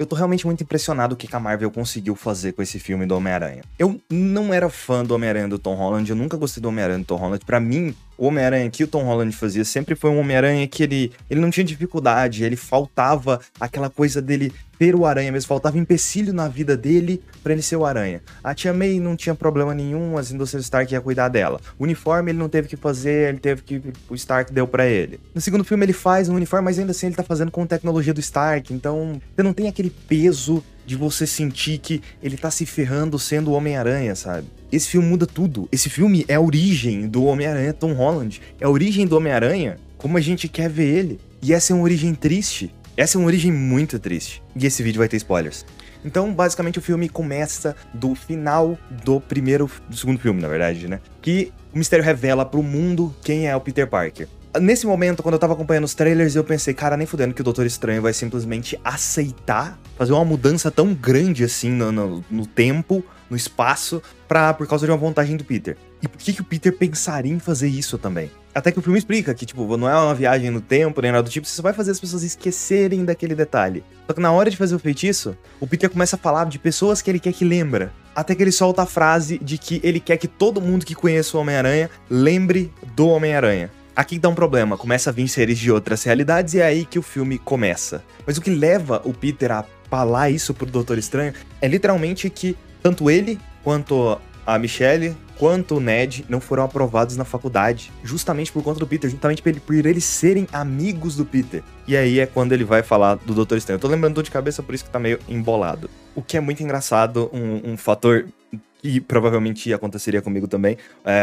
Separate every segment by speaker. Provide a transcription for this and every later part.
Speaker 1: Eu tô realmente muito impressionado com o que a Marvel conseguiu fazer com esse filme do Homem-Aranha. Eu não era fã do Homem-Aranha do Tom Holland, eu nunca gostei do Homem-Aranha do Tom Holland. Pra mim, o Homem-Aranha que o Tom Holland fazia sempre foi um Homem-Aranha que ele não tinha dificuldade, ele faltava aquela coisa dele ter o Aranha mesmo, faltava empecilho na vida dele pra ele ser o Aranha. A Tia May não tinha problema nenhum, as indústrias Stark ia cuidar dela. O uniforme ele não teve que fazer, ele teve que... o Stark deu pra ele. No segundo filme ele faz um uniforme, mas ainda assim ele tá fazendo com tecnologia do Stark, então você não tem aquele peso de você sentir que ele tá se ferrando sendo o Homem-Aranha, sabe? Esse filme muda tudo. Esse filme é a origem do Homem-Aranha Tom Holland. É a origem do Homem-Aranha como a gente quer ver ele. E essa é uma origem triste. Essa é uma origem muito triste. E esse vídeo vai ter spoilers. Então, basicamente, o filme começa do final do segundo filme, na verdade, né? Que o mistério revela pro mundo quem é o Peter Parker. Nesse momento, quando eu tava acompanhando os trailers, eu pensei, cara, nem fudendo que o Doutor Estranho vai simplesmente aceitar fazer uma mudança tão grande assim no tempo, no espaço, por causa de uma vantagem do Peter. E por que o Peter pensaria em fazer isso também? Até que o filme explica que, tipo, não é uma viagem no tempo, nem nada do tipo, você só vai fazer as pessoas esquecerem daquele detalhe. Só que na hora de fazer o feitiço, o Peter começa a falar de pessoas que ele quer que lembra. Até que ele solta a frase de que ele quer que todo mundo que conheça o Homem-Aranha lembre do Homem-Aranha. Aqui dá um problema, começa a vir seres de outras realidades e é aí que o filme começa. Mas o que leva o Peter a falar isso pro Doutor Estranho é literalmente que tanto ele quanto a Michelle, quanto o Ned não foram aprovados na faculdade, justamente por conta do Peter, justamente por eles serem amigos do Peter. E aí é quando ele vai falar do Doutor Estranho. Eu tô lembrando de cabeça, por isso que tá meio embolado. O que é muito engraçado, um fator que provavelmente aconteceria comigo também.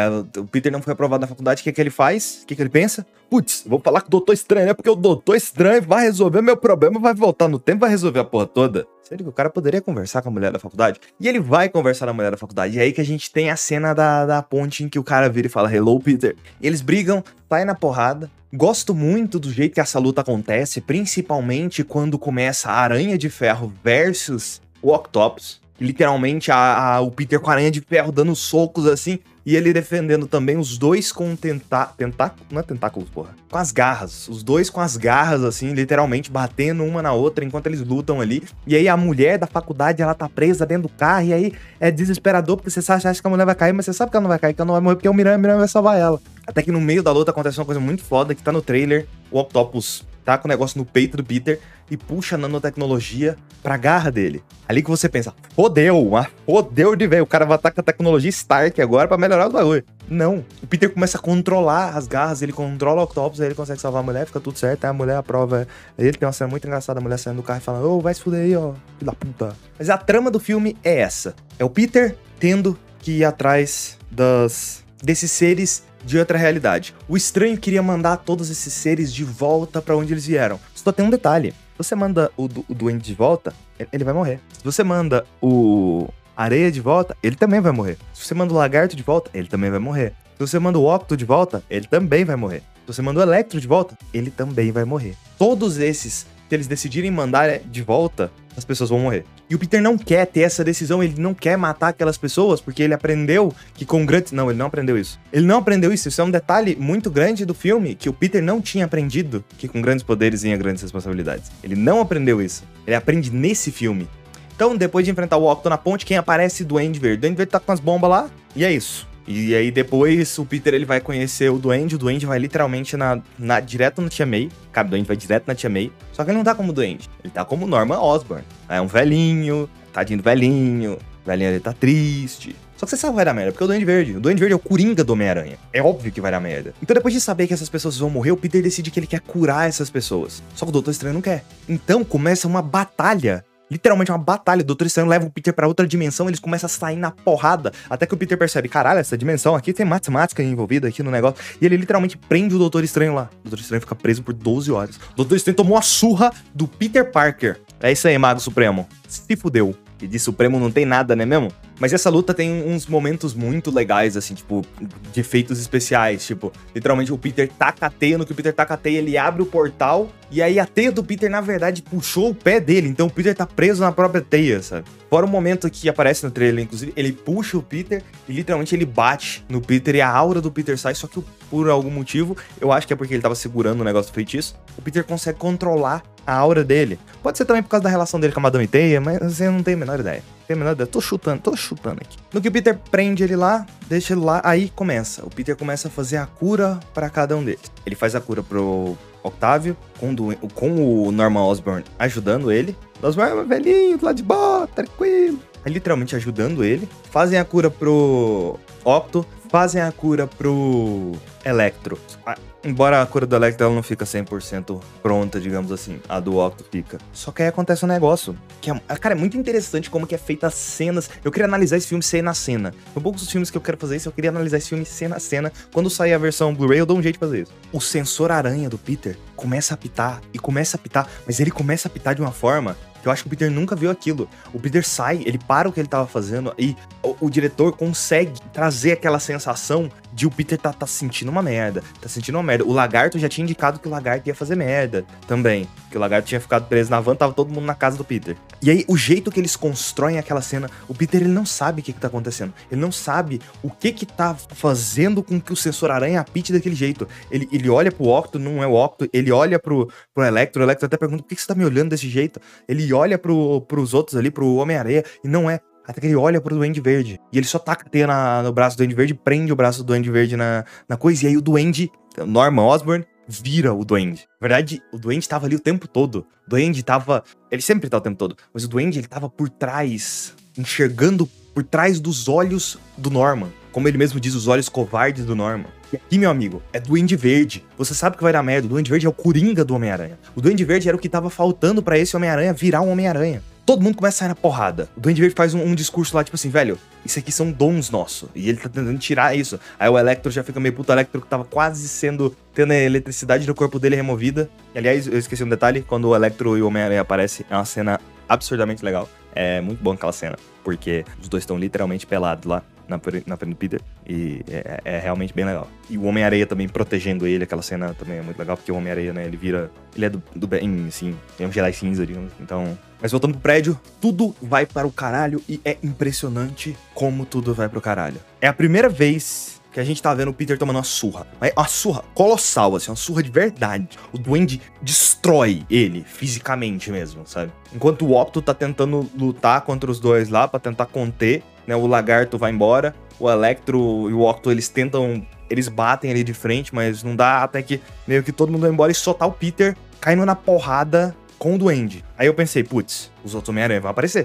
Speaker 1: O Peter não foi aprovado na faculdade, o que é que ele faz? O que é que ele pensa? Putz, vou falar com o Doutor Estranho, né? Porque o Doutor Estranho vai resolver meu problema, vai voltar no tempo, vai resolver a porra toda. Sério que o cara poderia conversar com a mulher da faculdade? E ele vai conversar com a mulher da faculdade. E é aí que a gente tem a cena da ponte em que o cara vira e fala, hello, Peter. E eles brigam, saem na porrada. Gosto muito do jeito que essa luta acontece, principalmente quando começa a Aranha de Ferro versus o Octopus. Literalmente o Peter com a Aranha de Ferro dando socos assim, e ele defendendo também os dois com não é tentáculos, porra. Com as garras. Os dois com as garras, assim, literalmente batendo uma na outra enquanto eles lutam ali. E aí a mulher da faculdade, ela tá presa dentro do carro, e aí é desesperador, porque você acha que a mulher vai cair, mas você sabe que ela não vai cair, que ela não vai morrer, porque o Miranha vai salvar ela. Até que no meio da luta acontece uma coisa muito foda, que tá no trailer, o Octopus tá com o negócio no peito do Peter e puxa a nanotecnologia pra garra dele. Ali que você pensa, fodeu de ver, o cara vai estar com a tecnologia Stark agora pra melhorar o bagulho. Não, o Peter começa a controlar as garras, ele controla o Octopus, aí ele consegue salvar a mulher, fica tudo certo, aí a mulher aprova. Ele tem uma cena muito engraçada, a mulher saindo do carro e falando, ô, vai se fuder aí, ó, filho da puta. Mas a trama do filme é essa, é o Peter tendo que ir atrás desses seres de outra realidade. O Estranho queria mandar todos esses seres de volta pra onde eles vieram. Só tem um detalhe. Se você manda o Duende de volta, ele vai morrer. Se você manda o Areia de volta, ele também vai morrer. Se você manda o Lagarto de volta, ele também vai morrer. Se você manda o Octo de volta, ele também vai morrer. Se você manda o Electro de volta, ele também vai morrer. Todos esses, se eles decidirem mandar de volta, as pessoas vão morrer. E o Peter não quer ter essa decisão, ele não quer matar aquelas pessoas, porque ele aprendeu que com grandes... Não, ele não aprendeu isso. Ele não aprendeu isso, isso é um detalhe muito grande do filme, que o Peter não tinha aprendido, que com grandes poderes vinha grandes responsabilidades. Ele não aprendeu isso. Ele aprende nesse filme. Então, depois de enfrentar o Octo na ponte, quem aparece? Duende Verde. O Duende Verde tá com as bombas lá, e é isso. E aí depois o Peter ele vai conhecer o Duende vai literalmente direto na Tia May. Cara, o Duende vai direto na Tia May. Só que ele não tá como Duende, ele tá como Norman Osborn. É um velhinho, tadinho do velhinho, o velhinho ele tá triste. Só que você sabe que vai dar merda, porque o Duende Verde é o Coringa do Homem-Aranha. É óbvio que vai dar merda. Então depois de saber que essas pessoas vão morrer, o Peter decide que ele quer curar essas pessoas. Só que o Doutor Estranho não quer. Então começa uma batalha. Literalmente uma batalha, o Doutor Estranho leva o Peter pra outra dimensão, eles começam a sair na porrada, até que o Peter percebe, caralho, essa dimensão aqui tem matemática envolvida aqui no negócio, e ele literalmente prende o Doutor Estranho lá. O Doutor Estranho fica preso por 12 horas. O Doutor Estranho tomou a surra do Peter Parker. É isso aí, Mago Supremo. Se fudeu. E de Supremo não tem nada, né mesmo? Mas essa luta tem uns momentos muito legais, assim, tipo, de efeitos especiais. Tipo, literalmente o Peter taca a teia, no que o Peter taca a teia, ele abre o portal, e aí a teia do Peter, na verdade, puxou o pé dele, então o Peter tá preso na própria teia, sabe? Fora o momento que aparece no trailer, inclusive, ele puxa o Peter e literalmente ele bate no Peter e a aura do Peter sai, só que por algum motivo, eu acho que é porque ele tava segurando o negócio do feitiço, o Peter consegue controlar a aura dele. Pode ser também por causa da relação dele com a Madame Teia, mas eu não tenho a menor ideia. Tô chutando aqui. No que o Peter prende ele lá, deixa ele lá, aí começa. O Peter começa a fazer a cura pra cada um deles. Ele faz a cura pro Octávio, com o Norman Osborn ajudando ele. O Osborn é velhinho, do lado de boa, tranquilo. Aí, literalmente ajudando ele. Fazem a cura pro Octo, fazem a cura pro Electro. Embora a cura do Electro ela não fica 100% pronta, digamos assim, a do Octo fica. Só que aí acontece um negócio, que cara, é muito interessante como que é feita as cenas. Eu queria analisar esse filme cena a cena. São poucos os filmes que eu quero fazer isso, eu queria analisar esse filme cena a cena. Quando sair a versão Blu-ray, eu dou um jeito de fazer isso. O sensor aranha do Peter começa a apitar, mas ele começa a apitar de uma forma que eu acho que o Peter nunca viu aquilo. O Peter sai, ele para o que ele tava fazendo e o diretor consegue trazer aquela sensação de o Peter tá sentindo uma merda. O Lagarto já tinha indicado que o Lagarto ia fazer merda também. Que o Lagarto tinha ficado preso na van, tava todo mundo na casa do Peter. E aí, o jeito que eles constroem aquela cena, o Peter, ele não sabe o que tá acontecendo. Ele não sabe o que tá fazendo com que o sensor aranha apite daquele jeito. Ele olha pro Octo, não é o Octo. Ele olha pro Electro. O Electro até pergunta, por que você tá me olhando desse jeito? Ele olha pros outros ali, pro Homem-Aranha, e não é. Até que ele olha pro Duende Verde. E ele só taca a teia no braço do Duende Verde, prende o braço do Duende Verde na coisa. E aí o Duende, Norman Osborn, vira o Duende. Na verdade, o Duende tava ali o tempo todo. O Duende tava... Ele sempre tá o tempo todo. Mas o Duende, ele tava por trás, enxergando por trás dos olhos do Norman. Como ele mesmo diz, os olhos covardes do Norman. E aqui, meu amigo, é Duende Verde. Você sabe que vai dar merda. O Duende Verde é o Coringa do Homem-Aranha. O Duende Verde era o que tava faltando pra esse Homem-Aranha virar um Homem-Aranha. Todo mundo começa a sair na porrada. O Duende Verde faz um discurso lá, tipo assim, velho, isso aqui são dons nossos. E ele tá tentando tirar isso. Aí o Electro já fica meio puto. O Electro que tava quase tendo a eletricidade do corpo dele removida. E, aliás, eu esqueci um detalhe. Quando o Electro e o Homem-Aranha aparecem, é uma cena absurdamente legal. É muito bom aquela cena. Porque os dois estão literalmente pelados lá na frente do Peter. E é realmente bem legal. E o Homem-Aranha também protegendo ele. Aquela cena também é muito legal. Porque o Homem-Aranha, né, ele é do bem, assim. É um Jedi cinza, digamos. Então... Mas voltando pro prédio, tudo vai para o caralho e é impressionante como tudo vai pro caralho. É a primeira vez que a gente tá vendo o Peter tomando uma surra. Uma surra colossal, assim, uma surra de verdade. O Duende destrói ele, fisicamente mesmo, sabe? Enquanto o Octo tá tentando lutar contra os dois lá, pra tentar conter, né? O Lagarto vai embora, o Electro e o Octo, eles batem ali de frente, mas não dá, até que meio que todo mundo vai embora e só tá o Peter caindo na porrada com o Duende. Aí eu pensei, putz, os outros Homem-Aranha vão aparecer.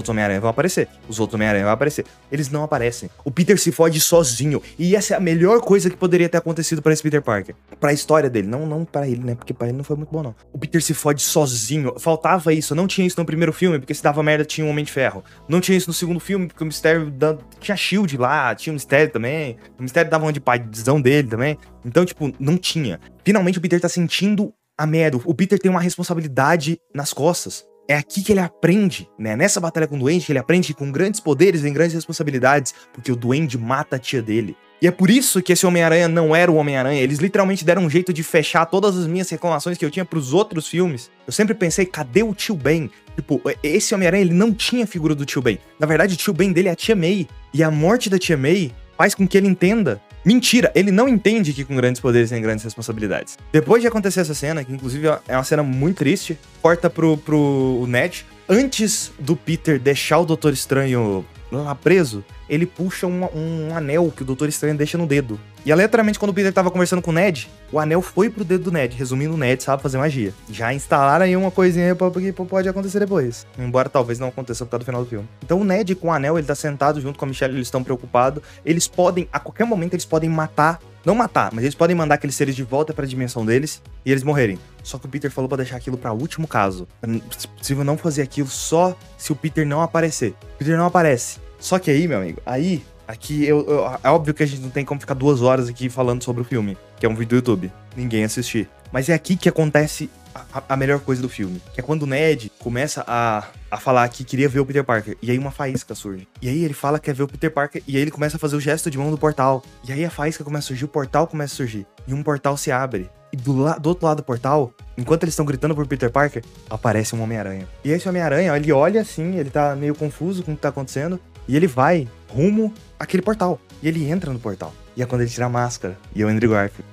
Speaker 1: Eles não aparecem. O Peter se fode sozinho. E essa é a melhor coisa que poderia ter acontecido pra esse Peter Parker. Pra história dele. Não pra ele, né? Porque pra ele não foi muito bom, não. O Peter se fode sozinho. Faltava isso. Não tinha isso no primeiro filme, porque se dava merda tinha um Homem de Ferro. Não tinha isso no segundo filme, porque o Mistério tinha Shield lá, tinha o Mistério também. O Mistério dava uma de paizão dele também. Então, tipo, não tinha. Finalmente o Peter tá sentindo a merda. O Peter tem uma responsabilidade nas costas. É aqui que ele aprende, né? Nessa batalha com o Duende, que ele aprende que com grandes poderes vem grandes responsabilidades, porque o Duende mata a tia dele. E é por isso que esse Homem-Aranha não era o Homem-Aranha. Eles literalmente deram um jeito de fechar todas as minhas reclamações que eu tinha pros outros filmes. Eu sempre pensei, cadê o tio Ben? Tipo, esse Homem-Aranha, ele não tinha a figura do tio Ben. Na verdade, o tio Ben dele é a tia May. E a morte da tia May faz com que ele entenda. Mentira, ele não entende que com grandes poderes tem grandes responsabilidades. Depois de acontecer essa cena, que inclusive é uma cena muito triste, corta pro Ned. Antes do Peter deixar o Doutor Estranho lá preso, ele puxa um anel que o Doutor Estranho deixa no dedo. E aleatoriamente, quando o Peter tava conversando com o Ned, o anel foi pro dedo do Ned. Resumindo, o Ned sabe fazer magia. Já instalaram aí uma coisinha que pode acontecer depois. Embora talvez não aconteça por causa do final do filme. Então o Ned com o anel, ele tá sentado junto com a Michelle, eles estão preocupados. Eles podem, a qualquer momento, eles podem matar. Não matar, mas eles podem mandar aqueles seres de volta pra dimensão deles e eles morrerem. Só que o Peter falou pra deixar aquilo pra último caso. Se possível não fazer aquilo só se o Peter não aparecer. O Peter não aparece. Só que aí, meu amigo, aqui é óbvio que a gente não tem como ficar 2 horas aqui falando sobre o filme, que é um vídeo do YouTube. Ninguém assistir. Mas é aqui que acontece a melhor coisa do filme. Que é quando o Ned começa a falar que queria ver o Peter Parker. E aí uma faísca surge. E aí ele fala que quer ver o Peter Parker. E aí ele começa a fazer o gesto de mão do portal. E aí a faísca começa a surgir, o portal começa a surgir. E um portal se abre. E do outro lado do portal, enquanto eles estão gritando por Peter Parker, aparece um Homem-Aranha. E esse Homem-Aranha, ele olha assim, ele tá meio confuso com o que tá acontecendo. E ele vai rumo àquele portal. E ele entra no portal. E é quando ele tira a máscara. E é o Andrew Garfield.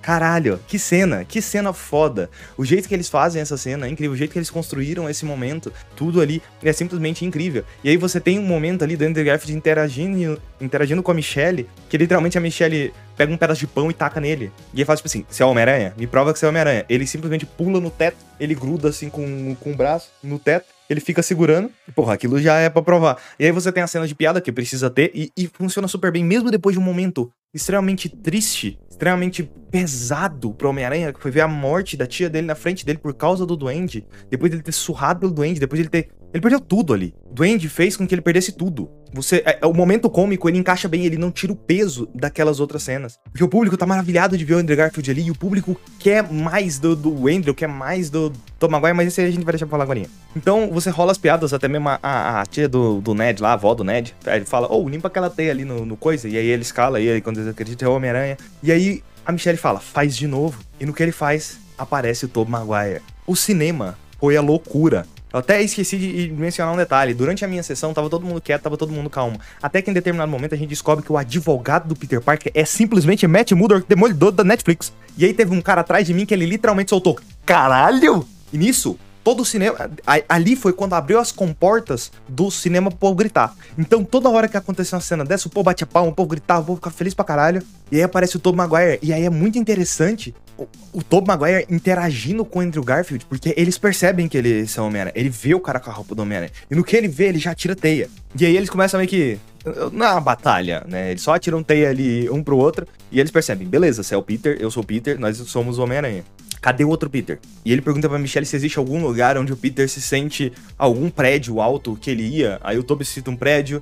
Speaker 1: Caralho, que cena foda. O jeito que eles fazem essa cena é incrível, o jeito que eles construíram esse momento, tudo ali é simplesmente incrível. E aí você tem um momento ali do Andrew Garfield interagindo com a Michelle, que literalmente a Michelle pega um pedaço de pão e taca nele. E ele fala tipo assim, você é o Homem-Aranha? Me prova que você é o Homem-Aranha. Ele simplesmente pula no teto, ele gruda assim com o braço no teto, ele fica segurando, e, porra, aquilo já é pra provar. E aí você tem a cena de piada que precisa ter, e funciona super bem, mesmo depois de um momento extremamente triste, extremamente pesado pro Homem-Aranha, que foi ver a morte da tia dele na frente dele por causa do Duende, depois dele ter surrado pelo Duende, depois dele ter... Ele perdeu tudo ali. O Duende fez com que ele perdesse tudo. O momento cômico, ele encaixa bem, ele não tira o peso daquelas outras cenas. Porque o público tá maravilhado de ver o Andrew Garfield ali, e o público quer mais do Andrew, quer mais do Tom Maguire, mas esse aí a gente vai deixar pra falar agora. Então, você rola as piadas, até mesmo a tia do Ned lá, a avó do Ned, ele fala, limpa aquela teia ali no coisa, e aí ele escala, e aí quando eles acreditam é o Homem-Aranha. E aí a Michelle fala, faz de novo. E no que ele faz, aparece o Tom Maguire. O cinema foi a loucura. Eu até esqueci de mencionar um detalhe. Durante a minha sessão, tava todo mundo quieto, tava todo mundo calmo. Até que em determinado momento a gente descobre que o advogado do Peter Parker é simplesmente Matt Murdock, demolidor da Netflix. E aí teve um cara atrás de mim que ele literalmente soltou, caralho! E nisso, todo o cinema... Ali foi quando abriu as comportas do cinema pro povo gritar. Então toda hora que aconteceu uma cena dessa, o povo bate a palma, o povo gritava, o povo ficava feliz pra caralho. E aí aparece o Tobey Maguire. E aí é muito interessante o Tobey Maguire interagindo com o Andrew Garfield, porque eles percebem que eles são Homem-Aranha. Ele vê o cara com a roupa do Homem-Aranha. E no que ele vê, ele já atira teia. E aí eles começam meio que... Não é uma batalha, né? Eles só atiram teia ali um pro outro. E eles percebem, beleza, você é o Peter, eu sou o Peter, nós somos o Homem-Aranha. Cadê o outro Peter? E ele pergunta pra Michelle se existe algum lugar onde o Peter se sente algum prédio alto que ele ia. Aí o Tobey cita um prédio,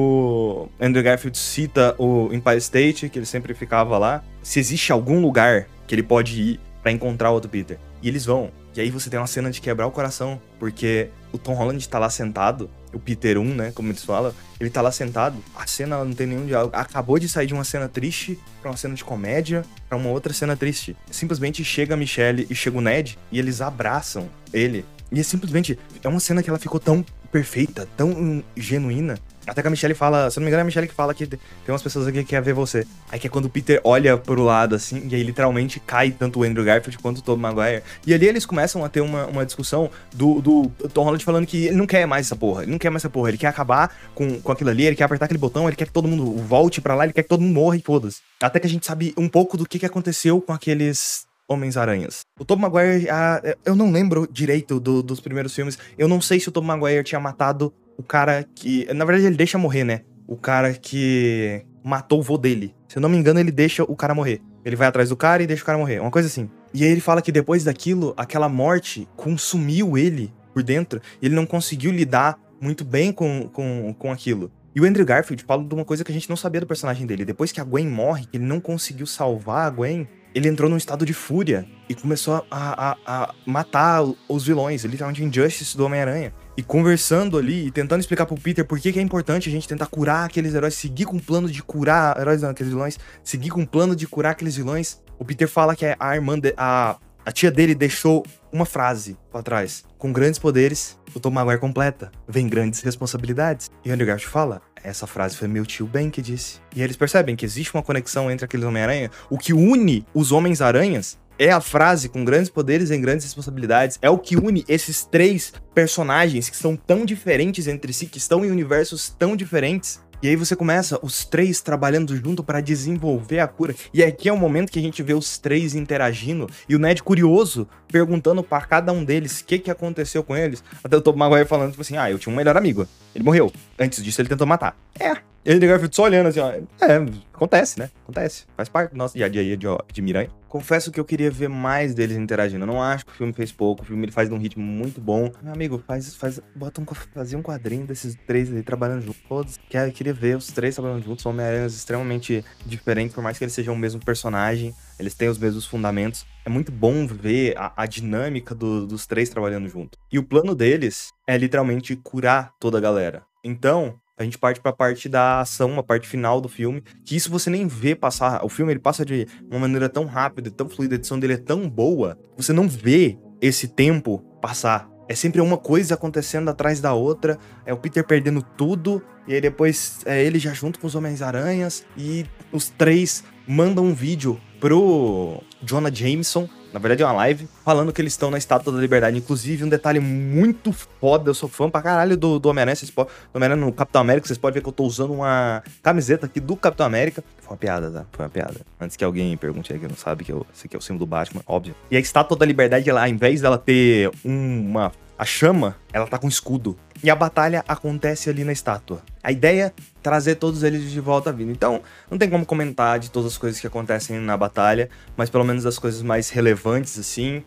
Speaker 1: o Andrew Garfield cita o Empire State, que ele sempre ficava lá. Se existe algum lugar que ele pode ir pra encontrar o outro Peter. E eles vão. E aí você tem uma cena de quebrar o coração, porque o Tom Holland tá lá sentado, o Peter 1, né, como eles falam, ele tá lá sentado, a cena não tem nenhum diálogo, acabou de sair de uma cena triste pra uma cena de comédia, pra uma outra cena triste. Simplesmente chega a Michelle e chega o Ned, e eles abraçam ele. E é simplesmente, é uma cena que ela ficou tão perfeita, tão genuína. Até que a Michelle fala, se eu não me engano é a Michelle que fala que tem umas pessoas aqui que querem ver você. Aí que é quando o Peter olha pro lado, assim, e aí literalmente cai tanto o Andrew Garfield quanto o Tobey Maguire. E ali eles começam a ter uma discussão do Tom Holland falando que ele não quer mais essa porra, ele quer acabar com aquilo ali, ele quer apertar aquele botão, ele quer que todo mundo volte pra lá, ele quer que todo mundo morra e foda-se. Até que a gente sabe um pouco do que aconteceu com aqueles Homens-Aranhas. O Tobey Maguire, eu não lembro direito dos primeiros filmes, eu não sei se o Tobey Maguire tinha matado o cara que... Na verdade, ele deixa morrer, né? O cara que matou o vô dele. Se eu não me engano, ele deixa o cara morrer. Ele vai atrás do cara e deixa o cara morrer. Uma coisa assim. E aí ele fala que depois daquilo, aquela morte consumiu ele por dentro. E ele não conseguiu lidar muito bem com aquilo. E o Andrew Garfield fala de uma coisa que a gente não sabia do personagem dele. Depois que a Gwen morre, que ele não conseguiu salvar a Gwen, ele entrou num estado de fúria e começou a matar os vilões, literalmente Injustice do Homem-Aranha. E conversando ali e tentando explicar pro Peter por que é importante a gente tentar curar aqueles heróis, seguir com o plano de curar heróis, não, aqueles vilões, seguir com o plano de curar aqueles vilões. O Peter fala que a irmã, a tia dele deixou uma frase pra trás. Com grandes poderes, o Tom Maguire completa. Vem grandes responsabilidades. E o Andrew Garfield fala, essa frase foi meu tio Ben que disse. E eles percebem que existe uma conexão entre aqueles Homem-Aranha. O que une os Homens-Aranhas é a frase com grandes poderes e grandes responsabilidades. É o que une esses três personagens que são tão diferentes entre si, que estão em universos tão diferentes. E aí você começa os três trabalhando junto para desenvolver a cura. E aqui é o momento que a gente vê os três interagindo. E o Ned curioso, perguntando para cada um deles o que aconteceu com eles. Até o Tobey Maguire falando, tipo assim, eu tinha um melhor amigo. Ele morreu. Antes disso, ele tentou matar. E ele Garfield só olhando assim, acontece, né? Acontece. Faz parte do nosso dia a dia de Miranha. Confesso que eu queria ver mais deles interagindo. Eu não acho que o filme fez pouco. O filme ele faz num ritmo muito bom. Meu amigo, fazia um quadrinho desses três aí trabalhando juntos. Todos. Queria ver os três trabalhando juntos. São Homem-Aranhas extremamente diferentes, por mais que eles sejam o mesmo personagem. Eles têm os mesmos fundamentos. É muito bom ver a dinâmica dos três trabalhando junto. E o plano deles é literalmente curar toda a galera. Então, a gente parte pra parte da ação, a parte final do filme, que isso você nem vê passar. O filme ele passa de uma maneira tão rápida, tão fluida, a edição dele é tão boa, você não vê esse tempo passar. É sempre uma coisa acontecendo atrás da outra, é o Peter perdendo tudo, e aí depois é ele já junto com os Homens-Aranhas, e os três mandam um vídeo pro Jonah Jameson, na verdade é uma live, falando que eles estão na Estátua da Liberdade. Inclusive, um detalhe muito foda, eu sou fã pra caralho do Homem-Aranha, do Homem-Aranha no Capitão América, vocês podem ver que eu tô usando uma camiseta aqui do Capitão América. Foi uma piada, tá? Foi uma piada. Antes que alguém pergunte aí que não sabe que esse aqui é o símbolo do Batman, óbvio. E a Estátua da Liberdade, ela, ao invés dela ter a chama, ela tá com escudo. E a batalha acontece ali na estátua. A ideia é trazer todos eles de volta à vida. Então, não tem como comentar de todas as coisas que acontecem na batalha, mas pelo menos as coisas mais relevantes, assim.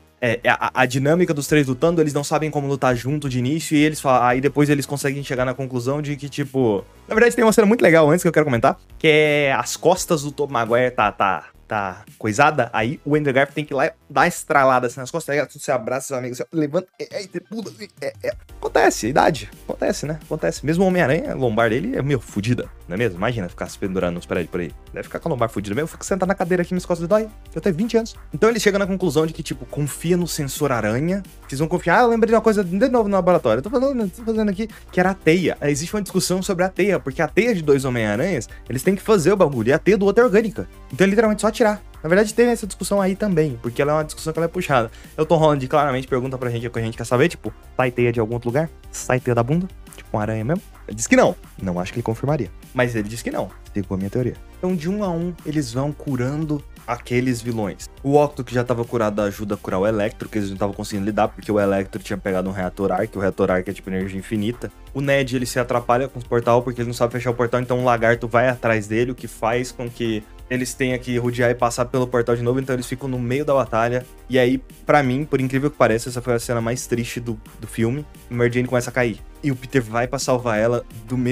Speaker 1: A dinâmica dos três lutando, eles não sabem como lutar junto de início, e aí depois eles conseguem chegar na conclusão de que, tipo... Na verdade, tem uma cena muito legal antes que eu quero comentar, que é as costas do Tobey Maguire tá coisada, aí o Andrew Garfield tem que ir lá dar uma estralada assim nas costas, aí você abraça seu amigo, você levanta, você pula, Acontece, idade, acontece, né? Acontece. Mesmo o Homem-Aranha, a lombar dele é meio fodida, não é mesmo? Imagina ficar se pendurando nos prédios por aí. Deve ficar com a lombar fodida mesmo, eu fico sentado na cadeira aqui, minhas costas dói. Eu tenho 20 anos. Então ele chega na conclusão de que, tipo, confia no sensor aranha, vocês vão confiar, eu lembrei de uma coisa de novo no laboratório, eu tô fazendo aqui, que era a teia. Existe uma discussão sobre a teia, porque a teia de dois Homem-Aranhas, eles têm que fazer o bagulho, e a teia do outro é orgânica. Então é literalmente só atirar. Na verdade, tem essa discussão aí também, porque ela é uma discussão que ela é puxada. O Tom Holland claramente pergunta pra gente o que a gente quer saber, tipo, sai teia de algum outro lugar? Sai teia da bunda? Tipo uma aranha mesmo? Ele disse que não. Não acho que ele confirmaria. Mas ele disse que não, segundo a minha teoria. Então, de um a um, eles vão curando aqueles vilões. O Octo, que já tava curado, ajuda a curar o Electro, que eles não estavam conseguindo lidar, porque o Electro tinha pegado um reator Arc, o reator Arc é tipo energia infinita. O Ned, ele se atrapalha com os portal, porque ele não sabe fechar o portal, então o Lagarto vai atrás dele, o que faz com que eles tenham que rodear e passar pelo portal de novo, então eles ficam no meio da batalha. E aí, pra mim, por incrível que pareça, essa foi a cena mais triste do filme. O Mary Jane começa a cair. E o Peter vai pra salvar ela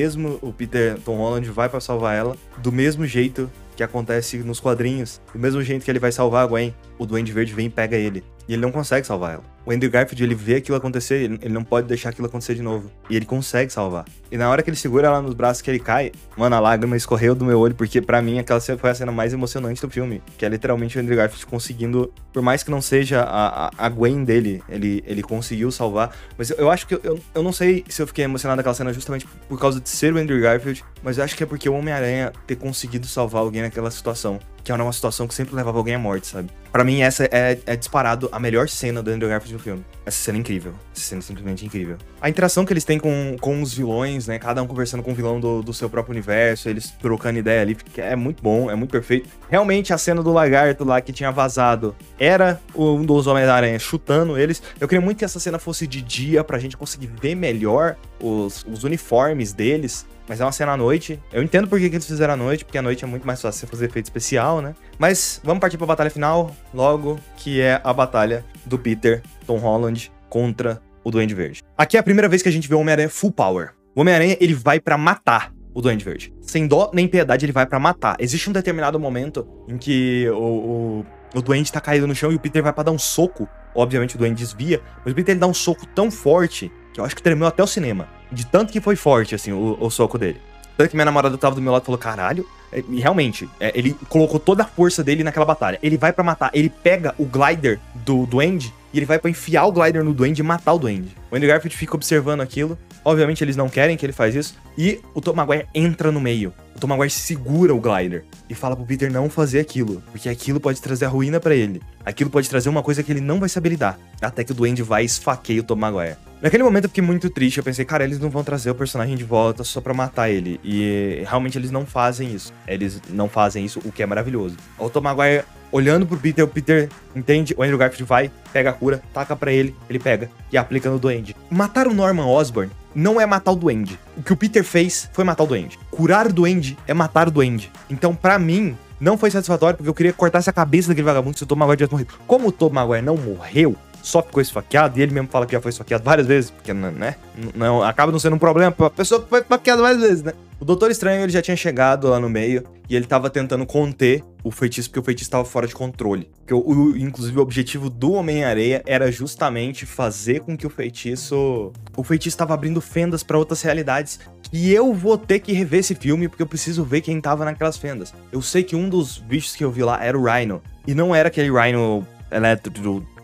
Speaker 1: o Peter Tom Holland vai pra salvar ela do mesmo jeito que acontece nos quadrinhos. Do mesmo jeito que ele vai salvar a Gwen, o Duende Verde vem e pega ele. E ele não consegue salvar ela. O Andrew Garfield, ele vê aquilo acontecer, ele não pode deixar aquilo acontecer de novo. E ele consegue salvar. E na hora que ele segura ela nos braços que ele cai, mano, a lágrima escorreu do meu olho, porque pra mim aquela cena foi a cena mais emocionante do filme. Que é literalmente o Andrew Garfield conseguindo, por mais que não seja a Gwen dele, ele conseguiu salvar. Mas eu acho que, eu não sei se eu fiquei emocionado naquela cena justamente por causa de ser o Andrew Garfield, mas eu acho que é porque o Homem-Aranha ter conseguido salvar alguém naquela situação. Que era uma situação que sempre levava alguém à morte, sabe? Pra mim, essa é disparado a melhor cena do Andrew Garfield no filme. Essa cena é incrível. Essa cena é simplesmente incrível. A interação que eles têm com os vilões, né? Cada um conversando com o vilão do seu próprio universo, eles trocando ideia ali, é muito bom, é muito perfeito. Realmente, a cena do lagarto lá que tinha vazado era um dos Homens-Aranha chutando eles. Eu queria muito que essa cena fosse de dia, pra gente conseguir ver melhor os uniformes deles. Mas é uma cena à noite. Eu entendo por que eles fizeram à noite, porque à noite é muito mais fácil você fazer efeito especial, né? Mas vamos partir pra batalha final, logo, que é a batalha do Peter, Tom Holland, contra o Duende Verde. Aqui é a primeira vez que a gente vê o Homem-Aranha full power. O Homem-Aranha, ele vai pra matar o Duende Verde. Sem dó nem piedade, ele vai pra matar. Existe um determinado momento em que o Duende tá caído no chão e o Peter vai pra dar um soco. Obviamente o Duende desvia, mas o Peter ele dá um soco tão forte que eu acho que tremeu até o cinema. De tanto que foi forte, assim, o soco dele. Tanto que minha namorada tava do meu lado e falou, caralho. E realmente, ele colocou toda a força dele naquela batalha. Ele vai pra matar, ele pega o glider do Duende e ele vai pra enfiar o glider no Duende e matar o Duende. O Andrew Garfield fica observando aquilo. Obviamente eles não querem que ele faz isso. E o Tom Maguire entra no meio. O Tom Maguire segura o glider e fala pro Peter não fazer aquilo, porque aquilo pode trazer a ruína pra ele. Aquilo pode trazer uma coisa que ele não vai saber lidar. Até que o Duende vai e esfaqueia o Tom Maguire. Naquele momento eu fiquei muito triste, eu pensei, cara, eles não vão trazer o personagem de volta só pra matar ele. E realmente eles não fazem isso. Eles não fazem isso, o que é maravilhoso. O Tom Maguire olhando pro Peter, o Peter entende, o Andrew Garfield vai, pega a cura, taca pra ele pega e aplica no Duende. Matar o Norman Osborn não é matar o Duende. O que o Peter fez foi matar o Duende. Curar o Duende é matar o Duende. Então, pra mim, não foi satisfatório, porque eu queria cortar essa cabeça daquele vagabundo se o Tom Maguire tivesse morrido. Como o Tom Maguire não morreu, só ficou esfaqueado, e ele mesmo fala que já foi esfaqueado várias vezes, porque, né, não, acaba não sendo um problema pra pessoa que foi esfaqueada várias vezes, né? O Doutor Estranho, ele já tinha chegado lá no meio, e ele tava tentando conter o feitiço, porque o feitiço tava fora de controle. Porque inclusive, o objetivo do Homem-Areia era justamente fazer com que o feitiço tava abrindo fendas pra outras realidades. E eu vou ter que rever esse filme, porque eu preciso ver quem tava naquelas fendas. Eu sei que um dos bichos que eu vi lá era o Rhino, e não era aquele Rhino elétrico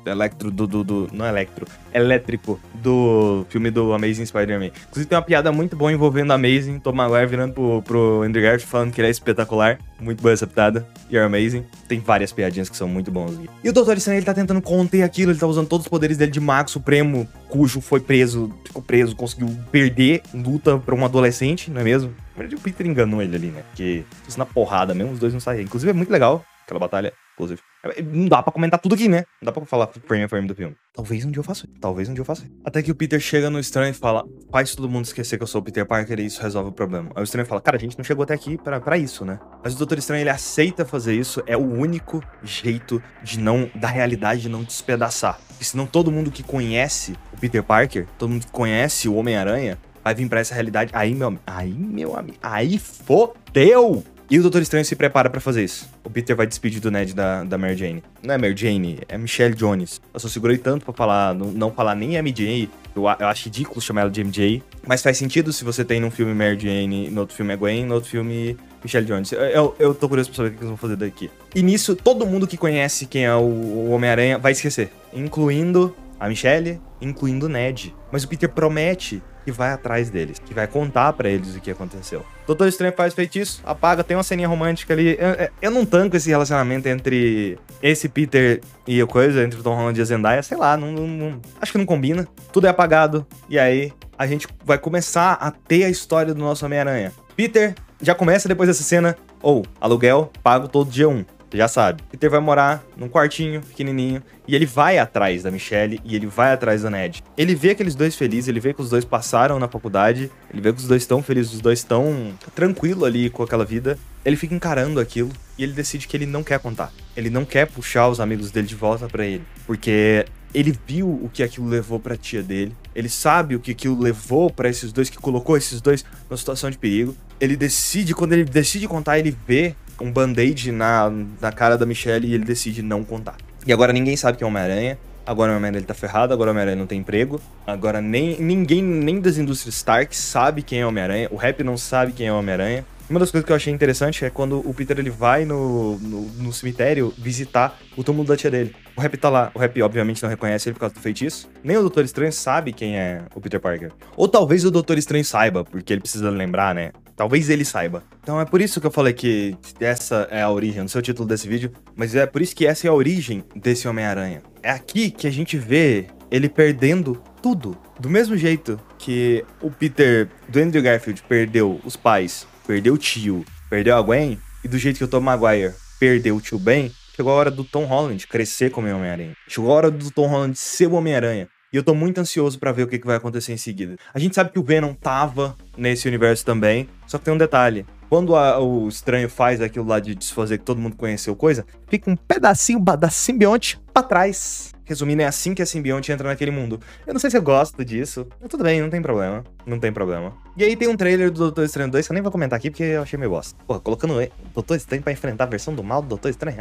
Speaker 1: elétrico do filme do Amazing Spider-Man. Inclusive tem uma piada muito boa envolvendo a Amazing, Tom Maguire virando pro Andrew Garfield falando que ele é espetacular. Muito boa essa piada. You're amazing. Tem várias piadinhas que são muito bons aqui. E o Doutor Estranho, ele tá tentando conter aquilo, ele tá usando todos os poderes dele de Mago Supremo, cujo ficou preso, conseguiu perder luta pra um adolescente, não é mesmo? Na verdade, o Peter enganou ele ali, né? Porque na porrada mesmo, os dois não saíram. Inclusive, é muito legal aquela batalha. Inclusive, não dá pra comentar tudo aqui, né? Não dá pra falar frame a frame do filme. Talvez um dia eu faça isso. Até que o Peter chega no Estranho e fala: faz todo mundo esquecer que eu sou o Peter Parker e isso resolve o problema. Aí o Estranho fala: cara, a gente não chegou até aqui pra isso, né? Mas o Doutor Estranho, ele aceita fazer isso. É o único jeito da realidade não despedaçar. Porque senão todo mundo que conhece o Peter Parker, todo mundo que conhece o Homem-Aranha, vai vir pra essa realidade. Aí, meu amigo, aí fodeu! E o Doutor Estranho se prepara pra fazer isso. O Peter vai despedir do Ned da Mary Jane. Não é Mary Jane, é Michelle Jones. Eu só segurei tanto pra falar, não falar nem MJ. Eu acho ridículo chamar ela de MJ. Mas faz sentido se você tem num filme Mary Jane, no outro filme é Gwen, no outro filme Michelle Jones. Eu tô curioso pra saber o que eles vão fazer daqui. E nisso, todo mundo que conhece quem é o Homem-Aranha vai esquecer. Incluindo a Michelle, incluindo o Ned. Mas o Peter promete que vai atrás deles, que vai contar pra eles o que aconteceu. Doutor Estranho faz feitiço, apaga, tem uma ceninha romântica ali. Eu não tanco esse relacionamento entre esse Peter e a coisa, entre o Tom Holland e a Zendaya, sei lá, acho que não combina. Tudo é apagado, e aí a gente vai começar a ter a história do nosso Homem-Aranha. Peter já começa depois dessa cena, aluguel, pago todo dia 1. Você já sabe. Peter vai morar num quartinho pequenininho e ele vai atrás da Michelle e ele vai atrás do Ned. Ele vê aqueles dois felizes, ele vê que os dois passaram na faculdade, ele vê que os dois estão felizes, os dois estão tranquilos ali com aquela vida. Ele fica encarando aquilo e ele decide que ele não quer contar. Ele não quer puxar os amigos dele de volta pra ele, porque ele viu o que aquilo levou pra tia dele. Ele sabe o que aquilo levou pra esses dois, que colocou esses dois numa situação de perigo. Quando ele decide contar, ele vê um band-aid na cara da Michelle e ele decide não contar. E agora ninguém sabe quem é o Homem-Aranha. Agora o Homem-Aranha tá ferrado, agora o Homem-Aranha não tem emprego. Agora ninguém, nem das indústrias Stark sabe quem é o Homem-Aranha. O Happy não sabe quem é o Homem-Aranha. Uma das coisas que eu achei interessante é quando o Peter ele vai no cemitério visitar o túmulo da tia dele. O Happy tá lá. O Happy, obviamente, não reconhece ele por causa do feitiço. Nem o Doutor Estranho sabe quem é o Peter Parker. Ou talvez o Doutor Estranho saiba, porque ele precisa lembrar, né? Talvez ele saiba. Então é por isso que eu falei que essa é a origem, não sei o título desse vídeo, mas é por isso que essa é a origem desse Homem-Aranha. É aqui que a gente vê ele perdendo tudo. Do mesmo jeito que o Peter do Andrew Garfield perdeu os pais, perdeu o tio, perdeu a Gwen, e do jeito que o Tom Maguire perdeu o tio Ben, chegou a hora do Tom Holland crescer como Homem-Aranha. Chegou a hora do Tom Holland ser o Homem-Aranha. E eu tô muito ansioso pra ver o que vai acontecer em seguida. A gente sabe que o Venom tava nesse universo também, só que tem um detalhe. Quando o Estranho faz aquilo lá de desfazer que todo mundo conheceu coisa, fica um pedacinho da simbionte pra trás. Resumindo, é assim que a simbionte entra naquele mundo. Eu não sei se eu gosto disso, mas tudo bem, não tem problema. Não tem problema. E aí tem um trailer do Doutor Estranho 2, que eu nem vou comentar aqui, porque eu achei meio bosta. Pô, colocando o Doutor Estranho pra enfrentar a versão do mal do Doutor Estranho.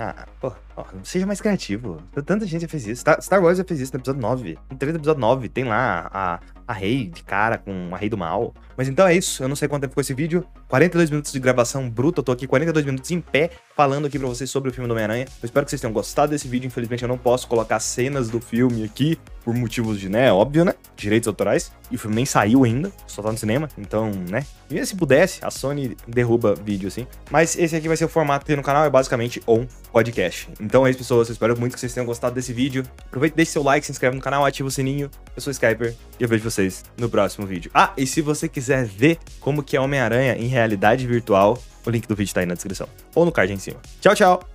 Speaker 1: Seja mais criativo. Tanta gente já fez isso. Star Wars já fez isso no episódio 9. No trailer do episódio 9, tem lá a Rey de cara com a Rey do Mal. Mas então é isso, eu não sei quanto tempo ficou esse vídeo. 42 minutos de gravação bruta, eu tô aqui 42 minutos em pé, falando aqui pra vocês sobre o filme do Homem-Aranha. Eu espero que vocês tenham gostado desse vídeo, infelizmente eu não posso colocar cenas do filme aqui, por motivos de, óbvio, direitos autorais. E o filme nem saiu ainda, só tá no cinema, então, E se pudesse, a Sony derruba vídeo, assim. Mas esse aqui vai ser o formato que tem no canal, é basicamente um podcast. Então é isso, pessoas, eu espero muito que vocês tenham gostado desse vídeo. Aproveita, deixe seu like, se inscreve no canal, ativa o sininho. Eu sou o Skyper e eu vejo vocês no próximo vídeo. E se você quiser ver como que é Homem-Aranha em realidade virtual, o link do vídeo tá aí na descrição. Ou no card aí em cima. Tchau, tchau!